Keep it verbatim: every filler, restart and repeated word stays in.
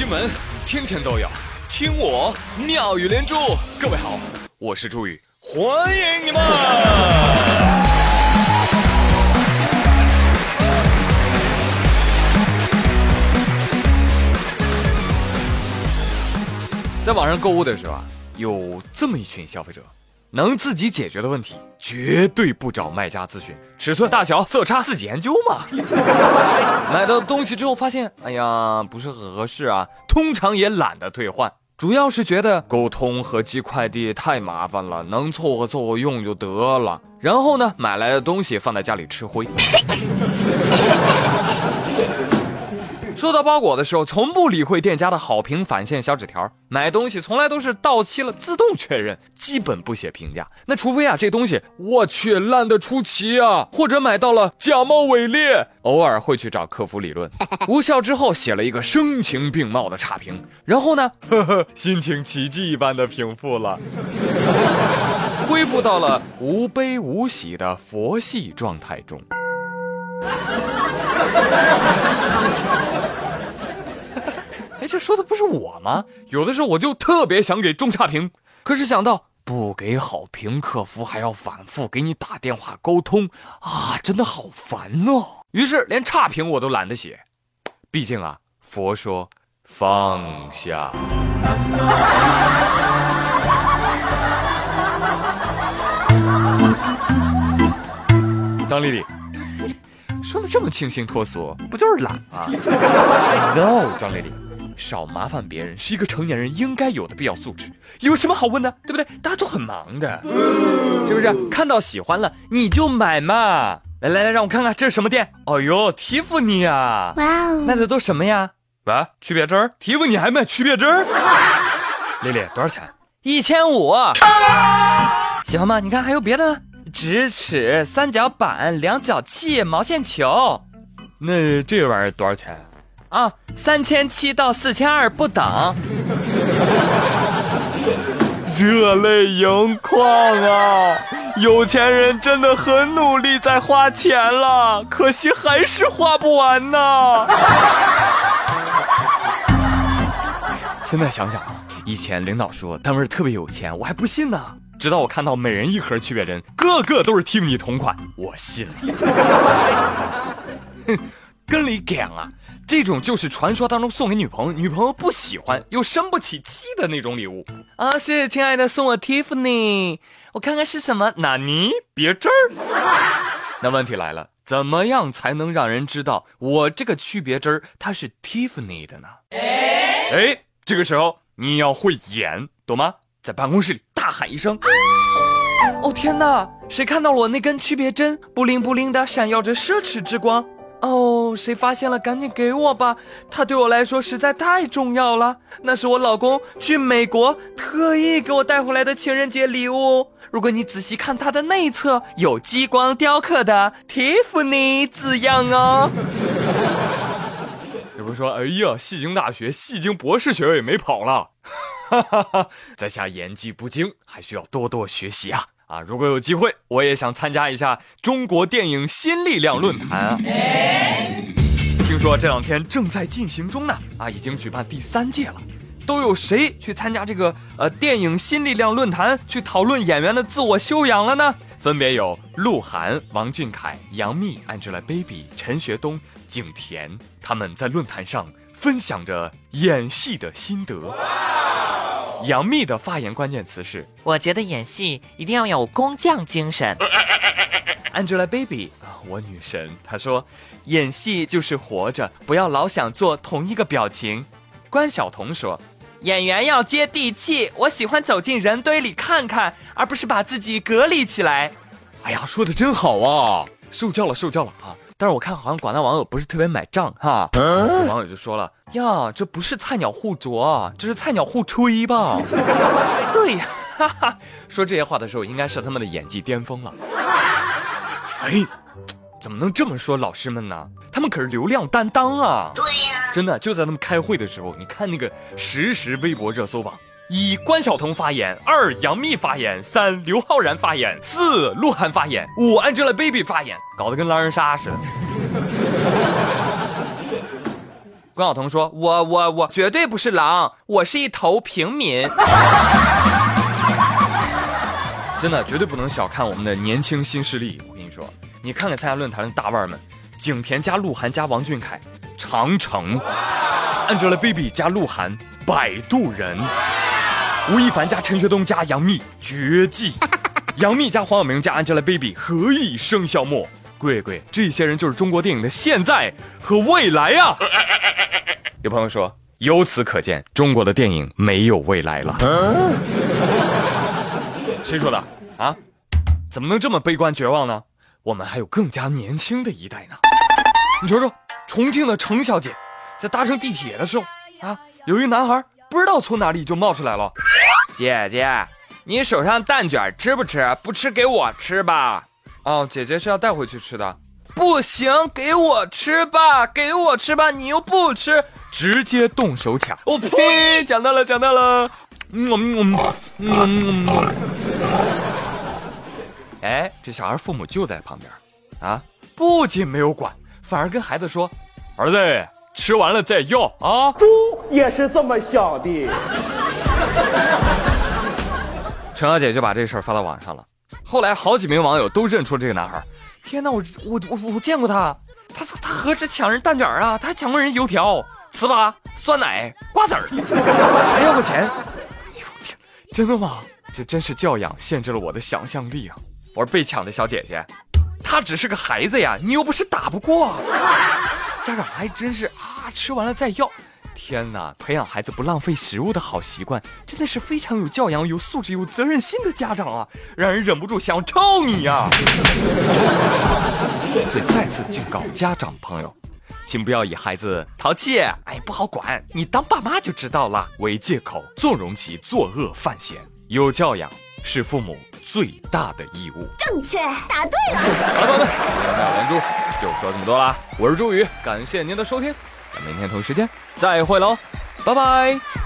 新闻天天都有，听我妙语连珠。各位好，我是朱宇，欢迎你们。在网上购物的时候啊，有这么一群消费者，能自己解决的问题绝对不找卖家咨询，尺寸大小色差自己研究嘛。买到东西之后发现哎呀不是很合适啊，通常也懒得退换，主要是觉得沟通和寄快递太麻烦了，能凑合凑合用就得了。然后呢，买来的东西放在家里吃灰。收到包裹的时候从不理会店家的好评返现小纸条，买东西从来都是到期了自动确认，基本不写评价。那除非啊这东西我去烂得出奇啊，或者买到了假冒伪劣，偶尔会去找客服理论，无效之后写了一个声情并茂的差评，然后呢呵呵心情奇迹一般的平复了，恢复到了无悲无喜的佛系状态中。哎，这说的不是我吗？有的时候我就特别想给中差评，可是想到不给好评，客服还要反复给你打电话沟通啊，真的好烦哦。于是连差评我都懒得写，毕竟啊，佛说放下。张丽丽说的这么清新脱俗，不就是懒吗 ？No， 张丽丽。少麻烦别人是一个成年人应该有的必要素质，有什么好问的，对不对？大家都很忙的，是不是？看到喜欢了你就买嘛。来来来，让我看看这是什么店？哦呦，蒂芙尼啊！哇哦，卖的都什么呀？啊，区别针儿？蒂芙尼还卖区别针儿？丽丽多少钱？一千五。喜欢吗？你看还有别的，直尺、三角板、量角器、毛线球。那这玩意儿多少钱？啊，三千七到四千二不等。热泪盈眶啊！有钱人真的很努力在花钱了，可惜还是花不完呢。现在想想啊，以前领导说单位特别有钱，我还不信呢。直到我看到每人一盒区别针，个个都是蒂芙尼同款，我信了。跟你讲啊，这种就是传说当中送给女朋友，女朋友不喜欢又生不起气的那种礼物啊！谢谢亲爱的，送我 Tiffany， 我看看是什么？纳尼？别针儿？那问题来了，怎么样才能让人知道我这个区别针儿它是 Tiffany 的呢？哎，这个时候你要会演，懂吗？在办公室里大喊一声。哦天哪，谁看到了我那根区别针？布灵布灵的闪耀着奢侈之光。哦，谁发现了赶紧给我吧，它对我来说实在太重要了，那是我老公去美国特意给我带回来的情人节礼物。如果你仔细看它的内侧，有激光雕刻的 Tiffany 字样哦。有人说，哎呀，戏精大学戏精博士学位没跑了。哈哈哈，在下演技不精，还需要多多学习啊。啊，如果有机会，我也想参加一下中国电影新力量论坛啊。听说这两天正在进行中呢，啊，已经举办第三届了。都有谁去参加这个呃电影新力量论坛，去讨论演员的自我修养了呢？分别有鹿晗、王俊凯、杨幂、Angelababy、陈学冬、景甜，他们在论坛上分享着演戏的心得。杨幂的发言关键词是： 我觉得演戏一定要有工匠精神。 Angelababy 啊，我女神，她说演戏就是活着，不要老想做同一个表情。关晓彤说，演员要接地气，我喜欢走进人堆里看看，而不是把自己隔离起来。哎呀，说的真好啊，受教了受教了啊！但是我看好像广大网友不是特别买账哈，有网友就说了呀，这不是菜鸟互啄，这是菜鸟互吹吧？对呀，哈哈，说这些话的时候应该是他们的演技巅峰了。哎，怎么能这么说老师们呢？他们可是流量担当啊！对呀，真的就在他们开会的时候，你看那个实时微博热搜榜。一关晓彤发言，二杨幂发言，三刘昊然发言，四鹿晗发言，五 Angelababy 发言，搞得跟狼人杀似的。 关晓彤说，我我我绝对不是狼，我是一头平民。真的绝对不能小看我们的年轻新势力。我跟你说，你看看参加论坛的大腕们，景甜加鹿晗加王俊凯，长城 ；Angelababy 加鹿晗，摆渡人；吴亦凡加陈学冬加杨幂，绝技；杨幂加黄晓明加 Angelababy， 何以笙箫默？贵贵，这些人就是中国电影的现在和未来呀！有朋友说，由此可见，中国的电影没有未来了。谁说的啊？怎么能这么悲观绝望呢？我们还有更加年轻的一代呢。你瞅瞅，重庆的程小姐在搭乘地铁的时候啊，有一个男孩不知道从哪里就冒出来了。姐姐，你手上蛋卷吃不吃？不吃给我吃吧。哦，姐姐是要带回去吃的。不行，给我吃吧，给我吃吧，你又不吃，直接动手抢。我、哦、呸！讲到了，讲到了。嗯嗯嗯嗯。哎，这小孩父母就在旁边啊，不仅没有管，反而跟孩子说：“儿子，吃完了再要啊。” 猪也是这么想的。 程小姐就把这事儿发到网上了。后来好几名网友都认出这个男孩。天哪，我我我我见过他，他他何止抢人蛋卷啊，他还抢过人油条、糍粑、酸奶、瓜子儿，还要过钱。真的吗？这真是教养限制了我的想象力啊！我是被抢的小姐姐，她只是个孩子呀，你又不是打不过啊。家长还真是啊，吃完了再要。天哪，培养孩子不浪费食物的好习惯，真的是非常有教养、有素质、有责任心的家长啊，让人忍不住想要抽你呀！所以再次警告家长朋友，请不要以孩子淘气，哎不好管，你当爸妈就知道了，为借口纵容其作恶犯险。有教养是父母最大的义务。 正确，答对了。 好了，朋友们，今天的连珠就说这么多啦，我是朱宇，感谢您的收听，咱们明天同一时间再会喽，拜拜。